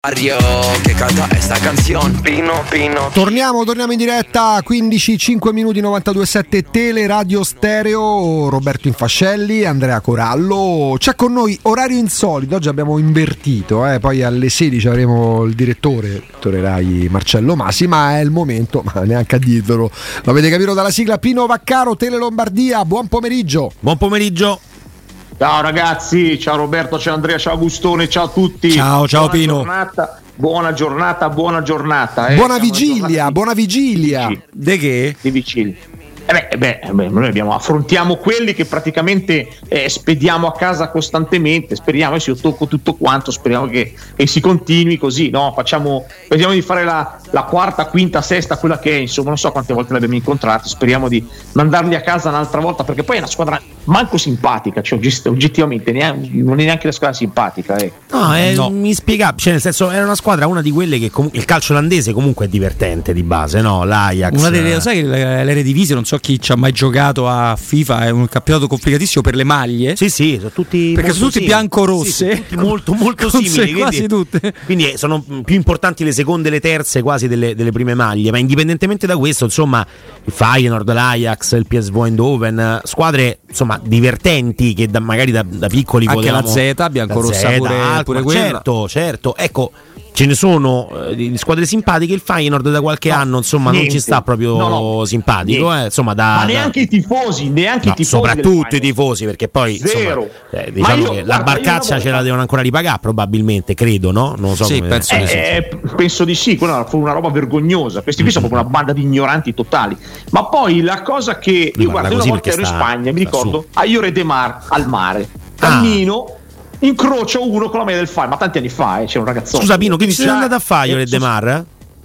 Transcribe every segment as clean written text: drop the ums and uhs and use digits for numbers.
Che canta esta canzone Pino. Torniamo in diretta, 15, 5 minuti, 92.7 Tele Radio Stereo. Roberto Infascelli, Andrea Corallo. C'è con noi orario insolito, oggi abbiamo invertito, poi alle 16 avremo il direttore Rai Marcello Masi, ma è il momento, ma neanche a dirvelo, l'avete capito dalla sigla. Pino Vaccaro, Tele Lombardia, buon pomeriggio. Buon pomeriggio. Ciao ragazzi, ciao Roberto, ciao Andrea, ciao Agustone, ciao a tutti. Ciao Pino. Buona giornata. Buona vigilia. De che? Di vigilia. Noi affrontiamo quelli che praticamente spediamo a casa costantemente. Speriamo che si tocco tutto quanto. Speriamo che si continui così, no? Speriamo di fare la quarta, quinta, sesta, quella che è, insomma, non so quante volte l'abbiamo incontrati. Speriamo di mandarli a casa un'altra volta, perché poi è una squadra manco simpatica, cioè oggettivamente non è neanche una squadra simpatica. Inspiegabile, cioè, nel senso, era una squadra, una di quelle che il calcio olandese comunque è divertente di base, no? L'Ajax. Una delle, sai che l'Eredivisie, non so chi ci ha mai giocato a FIFA, è un campionato complicatissimo per le maglie. Sì, sono tutti, perché sono tutti bianco-rosse, sì, molto simili, quasi tutte. Quindi sono più importanti le seconde e le terze quasi delle prime maglie. Ma indipendentemente da questo, insomma, il Feyenoord, l'Ajax, il PSV Eindhoven, squadre insomma divertenti che magari da piccoli anche potevamo, la Z bianco-rossa pure quella. Certo, ecco. Ce ne sono di squadre simpatiche. Il Feyenoord da qualche anno, insomma, non ci sta proprio simpatico, insomma, ma neanche i tifosi, soprattutto i tifosi, perché poi insomma, diciamo che la barcaccia ce la devono ancora ripagare, probabilmente, credo, no? Non lo so. Sì, penso di sì. Quella fu una roba vergognosa. Questi qui sono proprio una banda di ignoranti totali. Ma poi la cosa che io guardo, una volta ero in Spagna, mi ricordo, a Lloret de Mar, al mare, cammino, incrocio uno con la maglia del Feyenoord, ma tanti anni fa, c'era un ragazzotto. Scusa Pino, che sei andato a fare Lloret de Mar?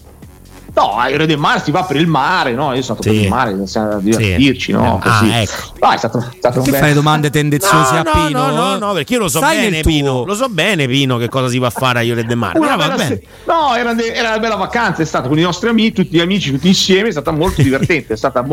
No, a Lloret de Mar si va per il mare, no? Io sono stato per il mare, a divertirci, no? Così. Ecco. No, è stato che fai domande tendenziose a Pino? No, perché io lo so bene, Pino. Lo so bene, Pino, che cosa si va a fare a Lloret de Mar. Era una bella vacanza, è stata con i nostri amici, tutti gli amici, tutti insieme, è stata molto divertente,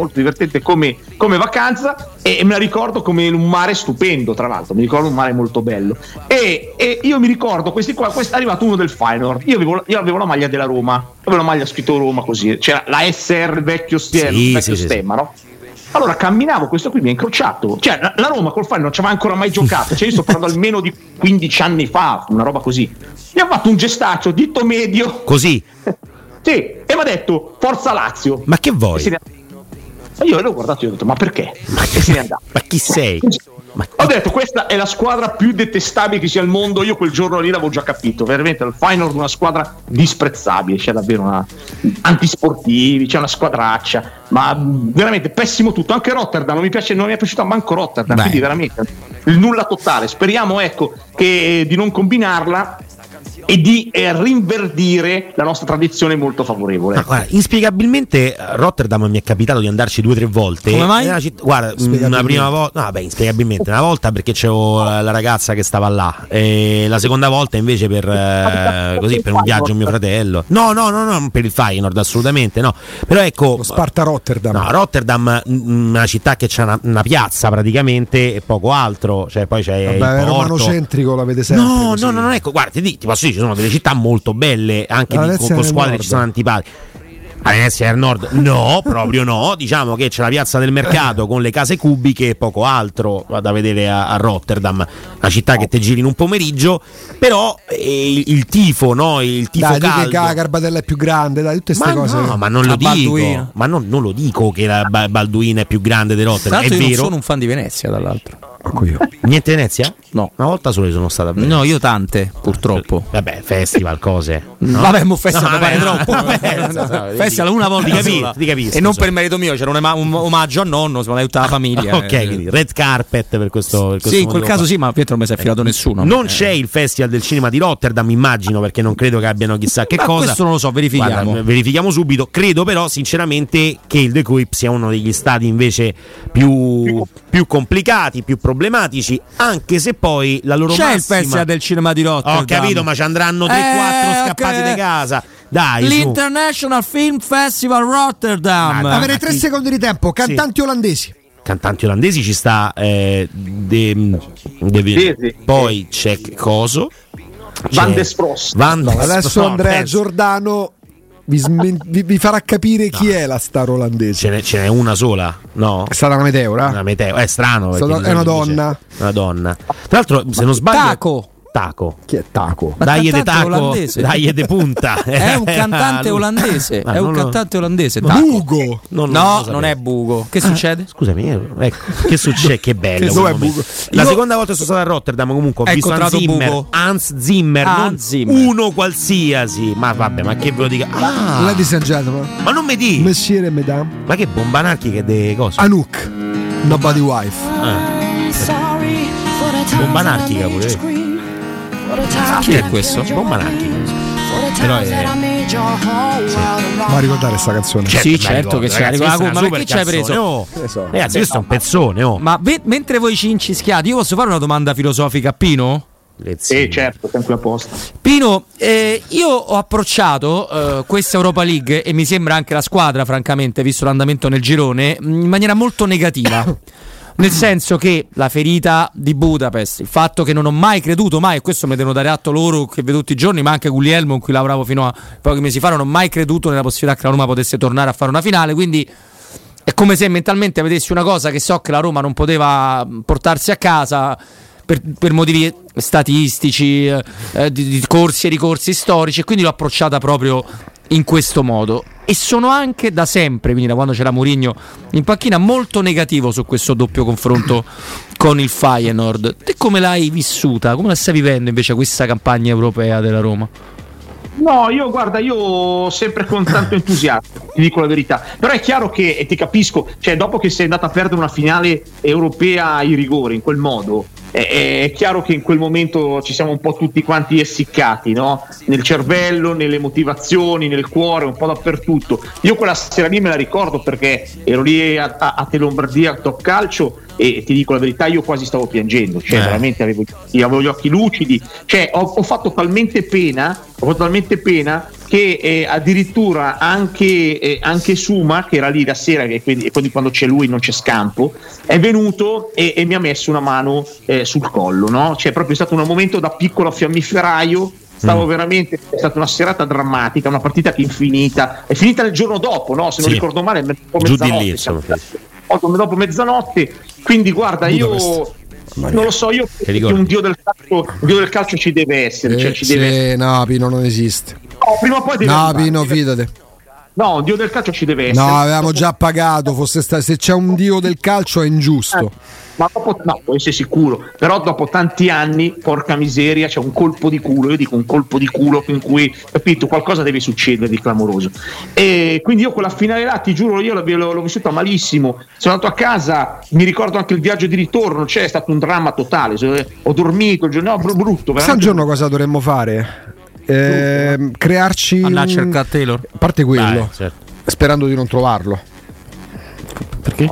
come vacanza, e me la ricordo come un mare stupendo, tra l'altro, mi ricordo un mare molto bello. E io mi ricordo questo è arrivato uno del Feyenoord, io avevo la maglia della Roma, avevo la maglia scritto Roma, così c'era la SR vecchio stemma, no? Allora camminavo, questo qui mi ha incrociato, cioè la Roma col Feyenoord non ci aveva ancora mai giocato, cioè io sto parlando almeno di 15 anni fa, una roba così. Mi ha fatto un gestaccio, dito medio, così? Sì, e mi ha detto Forza Lazio. Ma che vuoi? Io l'ho guardato e ho detto ma perché? E se ne è andato. Ma chi sei? Ho detto questa è la squadra più detestabile che sia al mondo. Io quel giorno lì l'avevo già capito, veramente il Feyenoord è una squadra disprezzabile, c'è davvero antisportivi, c'è una squadraccia, ma veramente pessimo tutto. Anche Rotterdam non mi è piaciuta manco Rotterdam. Quindi veramente il nulla totale. Speriamo che di non combinarla e di rinverdire la nostra tradizione molto favorevole. Guarda, inspiegabilmente Rotterdam mi è capitato di andarci 2 o 3 volte. Come mai? Guarda, una prima volta, inspiegabilmente, una volta perché c'avevo la ragazza che stava là, e la seconda volta invece per un viaggio mio fratello. No, per il Feyenoord assolutamente no. Però ecco, Sparta Rotterdam. No, Rotterdam, una città che c'ha una piazza praticamente e poco altro, cioè poi c'è il porto. Romanocentrico l'avete sempre. No, ecco, guarda, ti posso dire, ci sono delle città molto belle, anche con squadre che ci sono antipatiche. A Venezia del Nord no, proprio no. Diciamo che c'è la piazza del mercato con le case cubiche e poco altro da vedere a Rotterdam, una città che te giri in un pomeriggio. Però il tifo, no? Il tifo caldo. Che la Garbatella è più grande, tutte queste cose. No, ma non lo dico. Ma non lo dico che la Balduina è più grande di Rotterdam. È vero. Io non sono un fan di Venezia, dall'altro. Niente Venezia? No. Una volta solo sono stata a Venezia. No, io tante, purtroppo. Vabbè, festival, cose. No? Vabbè, festival pare troppo. Festival una volta ti capisco. E non per merito mio, c'era un omaggio a nonno, siamo tutta la famiglia. Ok, quindi red carpet per questo sì, in quel caso sì, ma Pietro non mi si è filato nessuno. Non c'è il Festival del Cinema di Rotterdam, immagino, perché non credo che abbiano chissà che cosa. Questo non lo so, verifichiamo. Guarda, verifichiamo subito. Credo però sinceramente che il De Kuip sia uno degli stadi invece più complicati, più problematici, anche se poi la loro c'è massima... il Festival del Cinema di Rotterdam. Ho capito, ma ci andranno 3-4 scappati di casa. Dai, l'International Film Festival Rotterdam. Avere 3 secondi di tempo. Cantanti olandesi. Cantanti olandesi ci sta poi c'è coso. Van der Spross. Adesso Andrea Giordano vi farà capire chi è la star olandese. Ce n'è una sola, no? È stata una meteora? Una meteora, è strano. È una donna. Una donna. Tra l'altro, se non sbaglio. Taco. Chi è Taco? Dai de taco, dai de punta. È un cantante olandese. È un cantante olandese. Bugo. Non è Bugo. Che succede? Scusami, ecco, che succede? Che bello. Dov'è Bugo? La seconda volta sono stato a Rotterdam, comunque ho visto Hans Zimmer, non uno qualsiasi. Ma vabbè, ma che ve lo dica? Ladies and gentlemen. Ma non mi dici. Monsieur e Mesdames. Ma che bomba anarchica delle cose? Anouk, Nobody Wife. Bomba anarchica pure. Chi è questo? Bomba anarchica. Però è. Ma ricordare questa canzone? Sì, certo che c'è. Ma perché ci hai preso? Ragazzi, questo è un pezzone. Ma mentre voi ci incischiate, io posso fare una domanda filosofica a Pino? Sì, certo, sempre a posto. Pino, io ho approcciato questa Europa League e mi sembra anche la squadra, francamente, visto l'andamento nel girone, in maniera molto negativa. Nel senso che la ferita di Budapest, il fatto che non ho mai creduto, e questo mi devono dare atto loro che vedo tutti i giorni, ma anche Guglielmo con cui lavoravo fino a pochi mesi fa, non ho mai creduto nella possibilità che la Roma potesse tornare a fare una finale, quindi è come se mentalmente vedessi una cosa che so che la Roma non poteva portarsi a casa per motivi statistici, di corsi e ricorsi storici, e quindi l'ho approcciata proprio in questo modo. E sono anche da sempre, quindi da quando c'era Mourinho in panchina, molto negativo su questo doppio confronto con il Feyenoord. Te come l'hai vissuta? Come la stai vivendo invece questa campagna europea della Roma? No, io sempre con tanto entusiasmo, ti dico la verità. Però è chiaro che, e ti capisco, cioè dopo che sei andata a perdere una finale europea ai rigori in quel modo, è chiaro che in quel momento ci siamo un po' tutti quanti essiccati, no? Nel cervello, nelle motivazioni, nel cuore, un po' dappertutto. Io quella sera lì me la ricordo perché ero lì a Telombardia, a Top Calcio, e ti dico la verità, io quasi stavo piangendo, cioè veramente avevo gli occhi lucidi, cioè ho fatto talmente pena che addirittura anche Suma, che era lì la sera, e quindi quando c'è lui non c'è scampo, è venuto e mi ha messo una mano sul collo, no? Cioè proprio è stato un momento da piccolo fiammiferaio. Stavo veramente, è stata una serata drammatica, una partita che è finita il giorno dopo, no? Se non ricordo male, dopo mezzanotte. Quindi guarda, io non lo so, io penso che un dio del calcio ci deve essere, cioè ci deve essere. No, Pino non esiste. No, prima o poi deve arrivare. Pino, fidate. No, un dio del calcio ci deve essere. No, avevamo già pagato, se c'è un dio del calcio è ingiusto. Ma dopo, no, puoi essere sicuro, però dopo tanti anni, porca miseria, c'è un colpo di culo, io dico un colpo di culo in cui, capito, qualcosa deve succedere di clamoroso. E quindi io quella finale là, ti giuro, io l'ho vissuta malissimo. Sono andato a casa, mi ricordo anche il viaggio di ritorno, è stato un dramma totale, ho dormito il giorno, no, brutto. San giorno cosa dovremmo fare? Crearci andare a cercare Taylor, a parte quello, certo. Sperando di non trovarlo. Perché?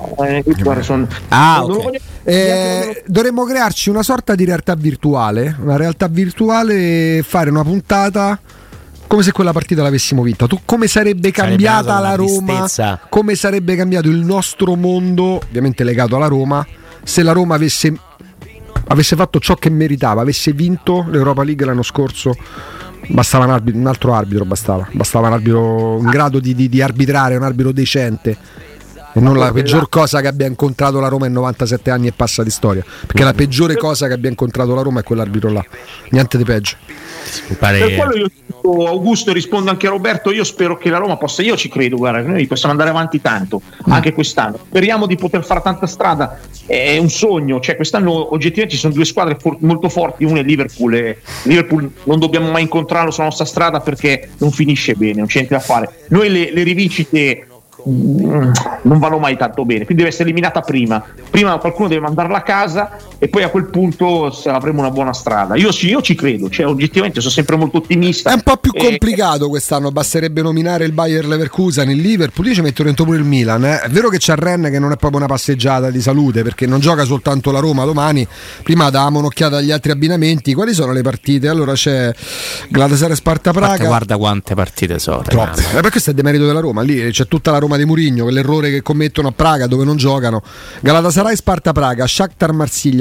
Dovremmo crearci una sorta di realtà virtuale, fare una puntata come se quella partita l'avessimo vinta. Come sarebbe cambiata la Roma, come sarebbe cambiato il nostro mondo, ovviamente legato alla Roma, se la Roma avesse fatto ciò che meritava, avesse vinto l'Europa League l'anno scorso. Bastava un altro arbitro, bastava un arbitro in grado di arbitrare, un arbitro decente, e non la peggior cosa che abbia incontrato la Roma in 97 anni e passa di storia, perché la peggiore cosa che abbia incontrato la Roma è quell'arbitro là, niente di peggio. Per quello io dico, Augusto, rispondo anche a Roberto, io spero che la Roma possa, io ci credo, guarda, noi possiamo andare avanti tanto anche quest'anno, speriamo di poter fare tanta strada, è un sogno, cioè quest'anno oggettivamente ci sono due squadre molto forti, una è Liverpool, e Liverpool non dobbiamo mai incontrarlo sulla nostra strada perché non finisce bene, non c'è niente da fare, noi le rivincite non vanno mai tanto bene, quindi deve essere eliminata prima qualcuno deve mandarla a casa e poi a quel punto avremo una buona strada. Io ci credo, cioè oggettivamente sono sempre molto ottimista. È un po' più complicato quest'anno, basterebbe nominare il Bayer Leverkusen, il Liverpool, io ci metto dentro pure il Milan, È vero che c'è Rennes che non è proprio una passeggiata di salute perché non gioca soltanto la Roma domani, prima davamo un'occhiata agli altri abbinamenti. Quali sono le partite? Allora c'è Galatasaray Sparta Praga, guarda quante partite sono, per questo è demerito della Roma, lì c'è tutta la Roma di Mourinho, quell'errore che commettono a Praga dove non giocano. Galatasaray Sparta Praga, Shakhtar Marsiglia,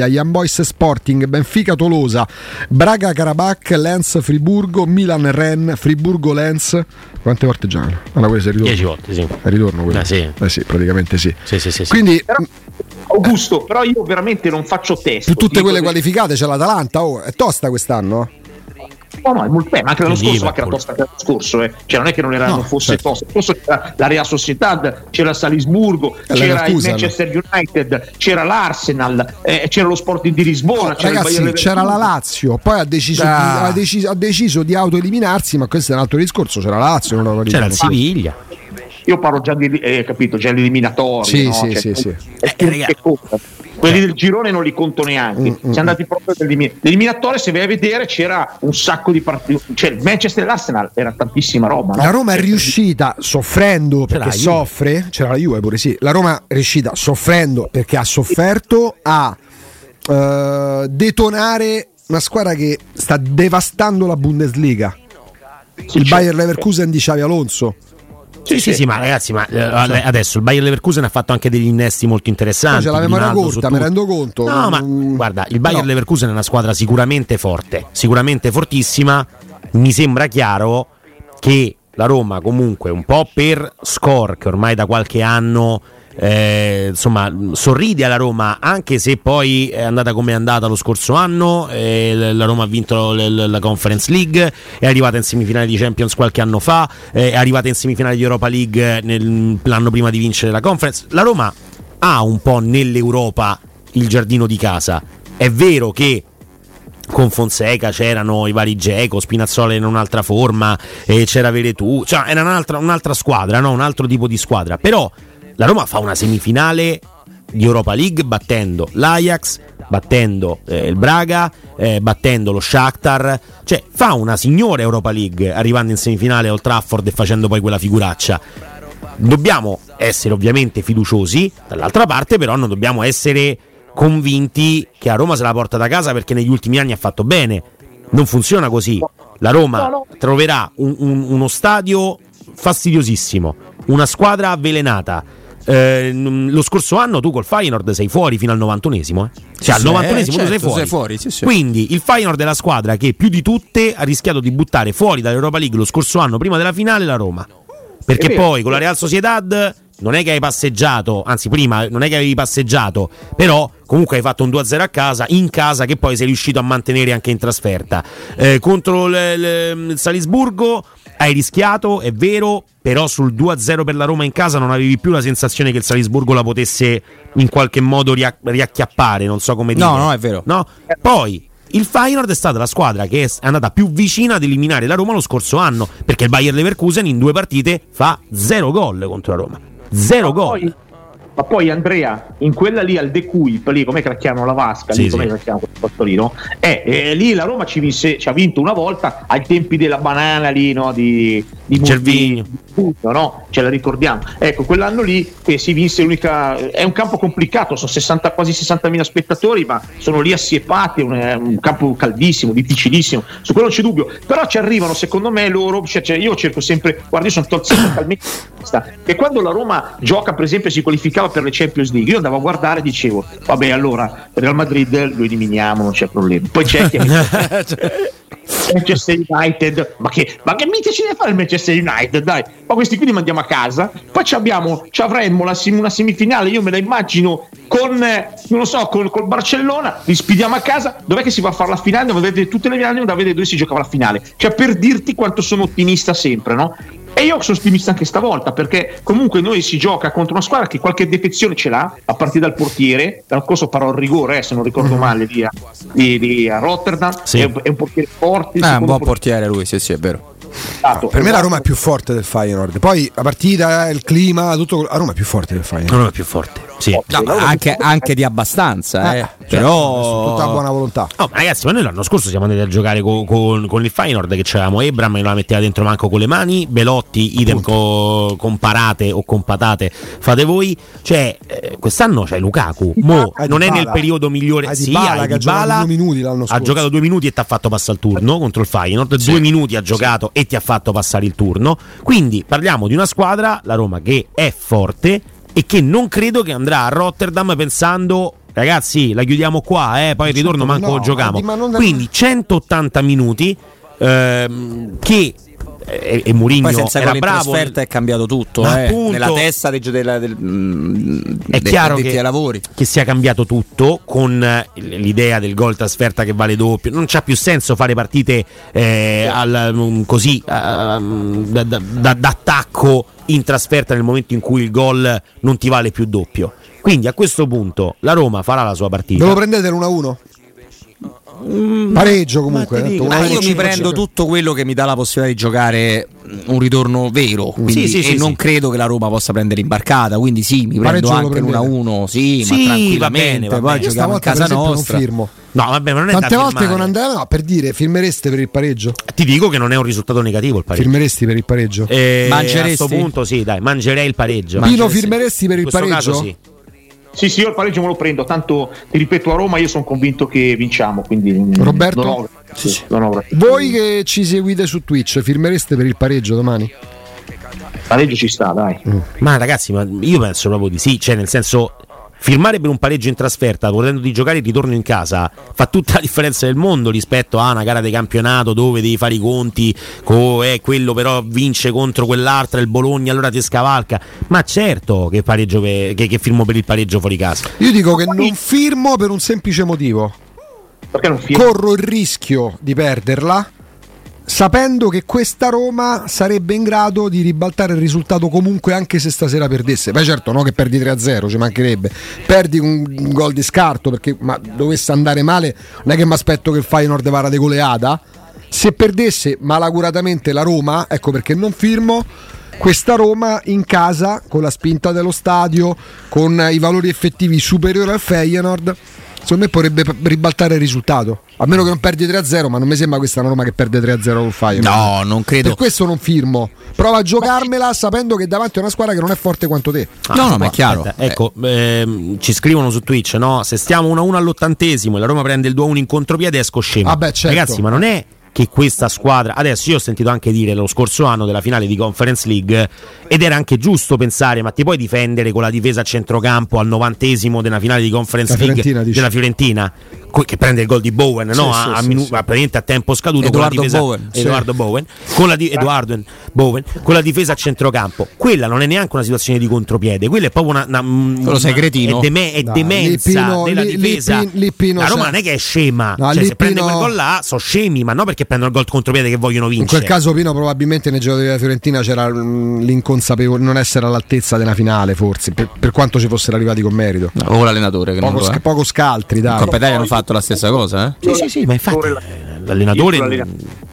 Young Boys Sporting, Benfica Tolosa, Braga Karabakh, Lens Friburgo, Milan Rennes, Friburgo Lens. Quante volte giocano? Allora, 10 volte, sì. È ritorno quello. Sì, praticamente sì. Sì. Quindi Augusto, però io veramente non faccio testo. Su tutte quelle qualificate c'è l'Atalanta, è tosta quest'anno? No, è molto bene, ma anche l'anno scorso, ma che era tosta anche l'anno scorso, Cioè non è che non era, non fosse tosta. L'anno scorso c'era la Real Sociedad, c'era il Salisburgo, c'era il Manchester United, c'era l'Arsenal, c'era lo Sporting di Lisbona, ragazzi, c'era la Lazio, poi ha deciso di autoeliminarsi, ma questo è un altro discorso, c'era la Lazio, non c'era il Siviglia. Io parlo già di capito, già l'eliminatorio, sì. Quelli del girone non li conto neanche. Siamo andati proprio l'eliminatorio, se vai a vedere c'era un sacco di partite, cioè il Manchester e l'Arsenal era tantissima roba, no? La Roma è riuscita soffrendo perché soffre, c'era la Juve pure, sì. La Roma è riuscita soffrendo perché ha sofferto a detonare una squadra che sta devastando la Bundesliga. Il Bayer Leverkusen di Xabi Alonso. Sì, ma ragazzi, adesso il Bayer Leverkusen ha fatto anche degli innesti molto interessanti. C'è la memoria corta, mi rendo conto. No, ma guarda, il Bayer Leverkusen è una squadra sicuramente forte, sicuramente fortissima. Mi sembra chiaro che la Roma comunque un po' per score che ormai da qualche anno sorride alla Roma, anche se poi è andata come è andata lo scorso anno, la Roma ha vinto la Conference League, è arrivata in semifinale di Champions qualche anno fa, è arrivata in semifinale di Europa League l'anno prima di vincere la Conference. La Roma ha un po' nell'Europa il giardino di casa. È vero che con Fonseca c'erano i vari Dzeko, Spinazzola in un'altra forma, c'era Veretù, cioè era un'altra squadra, no? Un altro tipo di squadra, però la Roma fa una semifinale di Europa League battendo l'Ajax, battendo il Braga, battendo lo Shakhtar, cioè fa una signora Europa League arrivando in semifinale a Old Trafford e facendo poi quella figuraccia. Dobbiamo essere ovviamente fiduciosi, dall'altra parte però non dobbiamo essere convinti che a Roma se la porta da casa perché negli ultimi anni ha fatto bene. Non funziona così. La Roma troverà uno stadio fastidiosissimo, una squadra avvelenata. Lo scorso anno tu col Feyenoord sei fuori fino al 91esimo, cioè al 91esimo tu sei fuori. Sì. Quindi il Feyenoord è la squadra che più di tutte ha rischiato di buttare fuori dall'Europa League lo scorso anno prima della finale la Roma, perché poi con la Real Sociedad non è che hai passeggiato, anzi prima non è che avevi passeggiato, però comunque hai fatto un 2-0 a casa, in casa, che poi sei riuscito a mantenere anche in trasferta. Contro il Salisburgo hai rischiato, è vero, però sul 2-0 per la Roma in casa non avevi più la sensazione che il Salisburgo la potesse in qualche modo riacchiappare, non so come dire. No, è vero. No? Poi il Feyenoord è stata la squadra che è andata più vicina ad eliminare la Roma lo scorso anno, perché il Bayer Leverkusen in 2 partite fa 0 gol contro la Roma. 0 gol. Ma poi Andrea, in quella lì al De Cuip, lì come la chiamano la vasca, lì come la chiamano quel posto lì, no? Lì la Roma ci ha vinto una volta ai tempi della banana lì, no? Di Cervigno, no? Ce la ricordiamo. Ecco, quell'anno lì che si vinse l'unica. È un campo complicato, sono quasi 60.000 spettatori, ma sono lì assiepati, un campo caldissimo, difficilissimo, su quello non c'è dubbio. Però ci arrivano, secondo me, loro. Cioè, io cerco sempre, guarda, io sono talmente che quando la Roma gioca, per esempio, si qualificava per le Champions League, io andavo a guardare e dicevo vabbè, allora Real Madrid lo eliminiamo, non c'è problema. Poi c'è chi Manchester United, ma che mica ci deve fare il Manchester United, dai, ma questi qui li mandiamo a casa. Poi ci avremmo una semifinale, io me la immagino con non lo so, col Barcellona, li spidiamo a casa. Dov'è che si va a fare la finale? Devo vedere tutte le finali, da vedere dove si giocava la finale, cioè per dirti quanto sono ottimista sempre, no? E io sono ottimista anche stavolta, perché comunque noi si gioca contro una squadra che qualche defezione ce l'ha, a partire dal portiere. L'anno scorso parò il rigore, se non ricordo male, a Rotterdam. Sì. È un portiere forte, è un buon portiere lui, sì, è vero. Per me la Roma è più forte del Feyenoord. Poi la partita, il clima, tutto. La Roma è più forte del Feyenoord. La Roma è più forte, sì. No, anche di abbastanza, però tutta buona volontà. Oh, ragazzi, ma noi l'anno scorso siamo andati a giocare con il Feyenoord, che c'avevamo Ebram e non la metteva dentro manco con le mani, Belotti idem con Parate o con Patate, fate voi. Cioè quest'anno c'è Lukaku, non è nel periodo migliore. Sì, Dybala ha giocato 2 minuti e ti ha fatto passare il turno contro il Feyenoord, 2 minuti ha giocato e ti ha fatto passare il turno. Quindi parliamo di una squadra, la Roma, che è forte e che non credo che andrà a Rotterdam pensando ragazzi, la chiudiamo qua, poi il ritorno manco lo giochiamo. Quindi 180 minuti che e Mourinho poi senza era gol in bravo, trasferta è cambiato tutto, appunto, nella testa è chiaro che lavori, che sia cambiato tutto con l'idea del gol trasferta che vale doppio. Non c'ha più senso fare partite così d'attacco in trasferta nel momento in cui il gol non ti vale più doppio. Quindi a questo punto la Roma farà la sua partita. Ve lo prendete l'1-1? Pareggio comunque. Io mi prendo tutto quello che mi dà la possibilità di giocare un ritorno vero, quindi, non credo che la Roma possa prendere imbarcata, quindi sì, mi prendo anche l'1-1, ma tranquillamente, va bene. Poi giochiamo in casa nostra. Non firmo. No, vabbè, ma non è tante da volte firmare. con Andrea, no, per dire, firmereste per il pareggio? Ti dico che non è un risultato negativo il pareggio. Firmeresti per il pareggio? Mangeresti? A questo punto sì, dai, mangerei il pareggio. Pino, firmeresti per il in questo pareggio? Caso, sì. Sì, io il pareggio me lo prendo, tanto ti ripeto, a Roma io sono convinto che vinciamo, quindi Roberto? non ho Voi che ci seguite su Twitch, firmereste per il pareggio domani? Pareggio ci sta, dai. Ma ragazzi, ma io penso proprio di sì, cioè nel senso, firmare per un pareggio in trasferta potendo di giocare il ritorno in casa fa tutta la differenza del mondo rispetto a una gara di campionato dove devi fare i conti quello però vince contro quell'altra, il Bologna, allora ti scavalca. Ma certo che pareggio che firmo per il pareggio fuori casa. Io dico che non firmo per un semplice motivo. Perché non firmo? Corro il rischio di perderla sapendo che questa Roma sarebbe in grado di ribaltare il risultato comunque anche se stasera perdesse. Beh certo, no che perdi 3-0, ci mancherebbe. Perdi un gol di scarto perché dovesse andare male, non è che mi aspetto che il Feyenoord vada de goleada. Se perdesse malaguratamente la Roma, ecco perché non firmo. Questa Roma in casa, con la spinta dello stadio, con i valori effettivi superiori al Feyenoord, secondo me potrebbe ribaltare il risultato. A meno che non perdi 3-0, ma non mi sembra questa una Roma che perde 3-0 col Feyenoord. No, non credo. Per questo non firmo. Prova a giocarmela sapendo che davanti a una squadra che non è forte quanto te. No, ma è chiaro. Aspetta, ecco, ci scrivono su Twitch, no? Se stiamo 1-1 all'80° e la Roma prende il 2-1 in contropiede, esco scemo. Certo. Ragazzi, ma non è che questa squadra, adesso io ho sentito anche dire lo scorso anno della finale di Conference League, ed era anche giusto pensare, ma ti puoi difendere con la difesa a centrocampo al 90° della finale di Conference League della Fiorentina, che prende il gol di Bowen, no? Praticamente a tempo scaduto, Edoardo Bowen con la difesa a centrocampo. Quella non è neanche una situazione di contropiede, quella è proprio una sei cretino. è demenza della difesa. La Roma non è che è scema, se prende quel gol là sono scemi, ma no perché prendono il gol contropiede che vogliono vincere. In quel caso Pino probabilmente nei giocatori della Fiorentina c'era l'inconsapevole non essere all'altezza della finale, forse per quanto ci fossero arrivati con merito, o l'allenatore che poco scaltri, dai. Coppa Italia hanno fatto la stessa cosa, Sì, ma infatti l'allenatore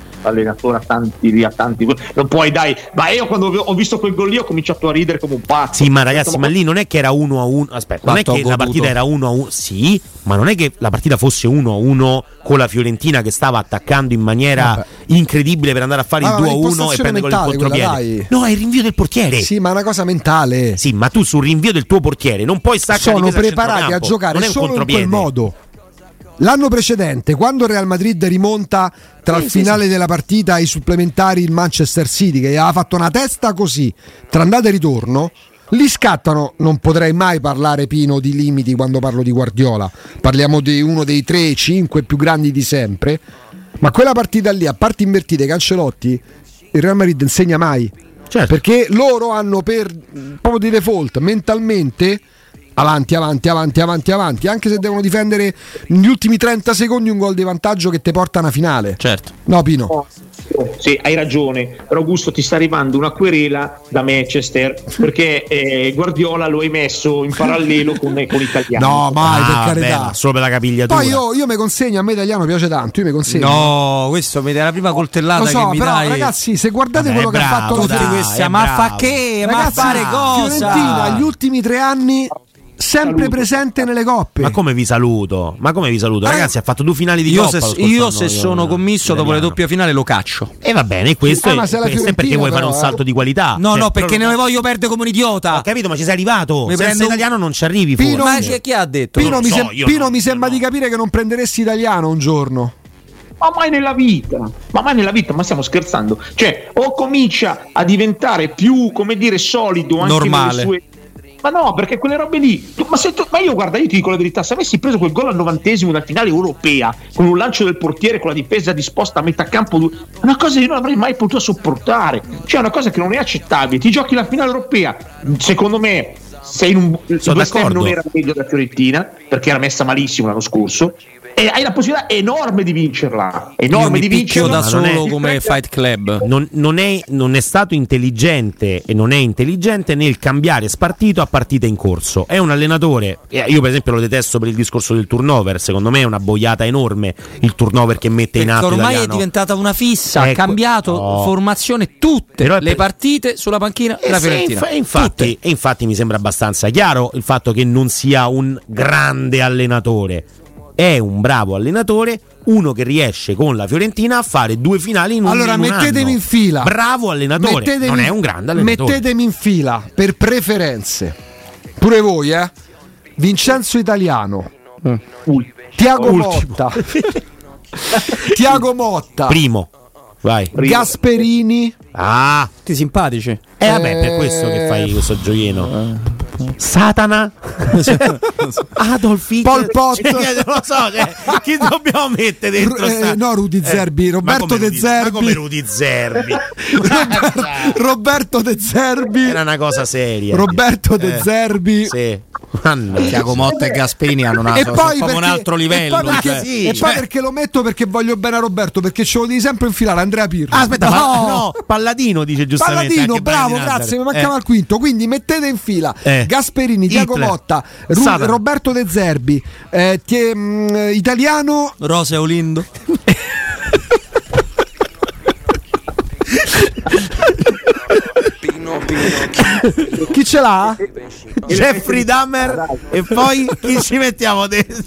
a tanti non puoi, dai, ma io quando ho visto quel gol lì ho cominciato a ridere come un pazzo. Sì, ma ragazzi, ma lì non è che era 1-1, aspetta, non è che la partita era 1-1, sì, ma non è che la partita fosse 1-1 con la Fiorentina che stava attaccando in maniera incredibile per andare a fare il 2-1 e prendere il contropiede. No, è il rinvio del portiere. Sì, ma è una cosa mentale. Sì, ma tu sul rinvio del tuo portiere non puoi stare. Sono preparati a giocare solo in quel modo. L'anno precedente, quando il Real Madrid rimonta tra il finale della partita e i supplementari il Manchester City, che aveva fatto una testa così tra andata e ritorno, li scattano. Non potrei mai parlare, Pino, di limiti quando parlo di Guardiola, parliamo di uno dei 3-5 più grandi di sempre, ma quella partita lì, a parte invertite Cancelotti, il Real Madrid non segna mai, certo, perché loro hanno proprio di default mentalmente avanti, anche se devono difendere negli ultimi 30 secondi un gol di vantaggio che ti porta a una finale. Certo. No, Pino? Sì, hai ragione, però Augusto ti sta arrivando una querela da Manchester perché Guardiola lo hai messo in parallelo con l'italiano. No, mai, per carità. Bella, solo per la capigliatura. Poi io mi consegno, a me italiano piace tanto, io mi consegno. No, questo mi dà la prima coltellata. Lo so, che mi però dai. Ragazzi, se guardate quello che ha fatto la Fiorentina, ma fa che? Ragazzi, ma fare cosa? Fiorentina gli ultimi 3 anni sempre presente nelle coppe. Ma come vi saluto? Ragazzi, ha fatto 2 finali di Coppa. Io se sono commisso dopo le doppie finali lo caccio. E va bene, questo è perché vuoi fare un salto di qualità. No, perché non ne voglio perdere come un idiota. Ho capito, ma ci sei arrivato. Senza italiano non ci arrivi. Pino, ma chi ha detto? Pino, mi sembra di capire che non prenderesti italiano un giorno. Ma mai nella vita, ma stiamo scherzando? Cioè, o comincia a diventare più, come dire, solido anche normale. nelle sue. Ma no, perché quelle robe lì. Ma io guarda, io ti dico la verità: se avessi preso quel gol al 90esimo nella finale europea, con un lancio del portiere, con la difesa disposta a metà campo, una cosa che io non avrei mai potuto sopportare. Cioè, una cosa che non è accettabile. Ti giochi la finale europea, secondo me. Sei in un West Ham non era meglio della Fiorentina perché era messa malissimo l'anno scorso e hai la possibilità enorme di vincerla, da solo come Fight Club. Non è stato intelligente e non è intelligente nel cambiare spartito a partita in corso. È un allenatore, io per esempio lo detesto per il discorso del turnover, secondo me è una boiata enorme il turnover che mette in atto ormai italiano. È diventata una fissa, ha cambiato formazione tutte le partite sulla panchina della Fiorentina. E infatti mi sembra abbastanza chiaro il fatto che non sia un grande allenatore. È un bravo allenatore, uno che riesce con la Fiorentina a fare 2 finali in un anno. Allora mettetemi in fila. Bravo allenatore, non è un grande allenatore. Mettetemi in fila per preferenze. Pure voi, Vincenzo Italiano. Tiago Motta. Tiago Motta. Primo. Vai. Gasperini. Tutti simpatici. Vabbè, per questo che fai questo gioiellino. Satana. Adolf Hitler. Pol Pot. Non lo so, chi dobbiamo mettere dentro? No, Rudy Zerbi. Roberto De Zerbi. Ma come Rudy Zerbi? Roberto De Zerbi. Era una cosa seria. Roberto De Zerbi. Sì. Tiago Motta e Gasperini hanno un altro livello. E poi perché lo metto? Perché voglio bene a Roberto, perché ce lo devi sempre infilare Andrea Pirlo. Aspetta, no, Palladino dice giustamente. Palladino, bravo, grazie, mi mancava il quinto. Quindi mettete in fila Gasperini, Tiago Motta, Roberto De Zerbi, Italiano, Rose Olindo. Chi ce l'ha? Jeffrey Dahmer. E poi chi ci mettiamo?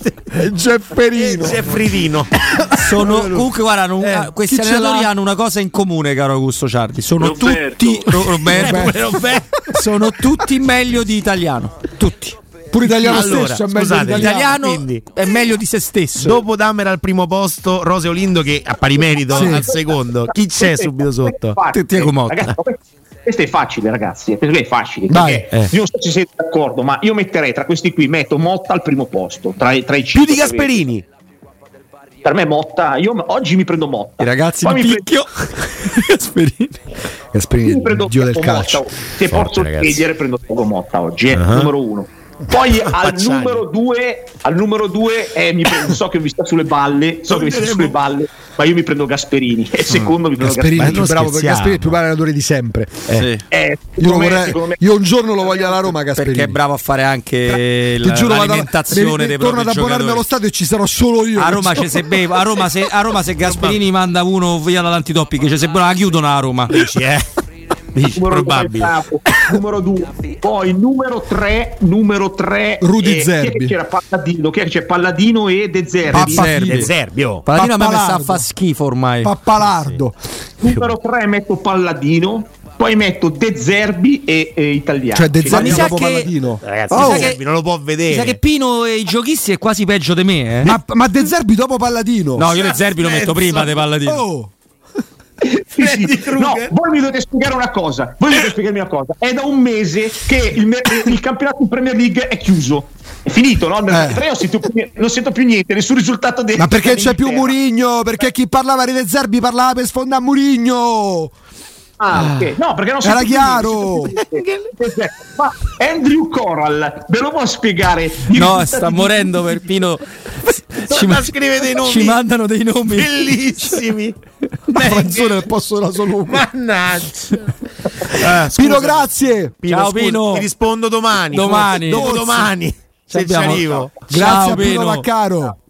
Jeffrino. Comunque guarda, questi allenatori hanno una cosa in comune, caro Augusto Ciardi. Sono tutti Roberto. Sono tutti meglio di Italiano. Tutti. Pure Italiano stesso è meglio di Italiano, è meglio di se stesso. Dopo Dahmer al primo posto, Rose Olindo che a pari merito al secondo. Chi c'è subito sotto? Tiago Motta. Ragazzi, questo è facile, ragazzi. Questo è facile. Io non so se siete d'accordo, ma io metterei tra questi qui, metto Motta al primo posto. Tra i 5 più di Gasperini. Per me Motta, io oggi mi prendo Motta. I ragazzi mi picchio. Gasperini è il dio del calcio. Se posso scegliere prendo Tiago Motta oggi, numero 1. Poi al numero 2 so che vi sta sulle balle, ma io mi prendo Gasperini e secondo mi prendo Gasperini. È più bravo, perché Gasperini è il più bravo allenatore di sempre. Io un giorno lo voglio alla Roma Gasperini, perché è bravo a fare anche l'alimentazione dei propri torno ad abbonarmi allo stadio e ci sarò solo io. A Roma a Roma se Gasperini manda uno via dall'antitoppi che se la chiudono a Roma. Probabile. Numero 2, poi numero 3 Rudy Zerbi. C'era Palladino, c'è Palladino e De Zerbi. Palladino a me sta a fa schifo ormai. Pappalardo. Numero 3 metto Palladino, poi metto De Zerbi e Italiano. Cioè De Zerbi dopo che... Palladino. Ragazzi, De Zerbi non lo può vedere. Mi sa che Pino e i giochisti è quasi peggio di me, Ma De Zerbi dopo Palladino. No, io De Zerbi lo metto prima di Palladino. Sì. No, voi mi dovete spiegare una cosa. È da un mese che il campionato in Premier League è chiuso. È finito, no? Non sento più niente, nessun risultato. Ma perché c'è più Mourinho? Perché chi parlava di De Zerbi parlava per sfondare Mourinho. Ok. No, perché non era chiaro. Ma Andrew Corral, ve lo può spiegare? No, sta morendo per Pino. Scrive dei nomi. Ci mandano dei nomi bellissimi. Franzone del posto della sua lupa. Mannaggia. Pino, grazie. Ciao Pino. Ti rispondo domani. Dopodomani. Se ci arrivo. Grazie a Pino Vaccaro.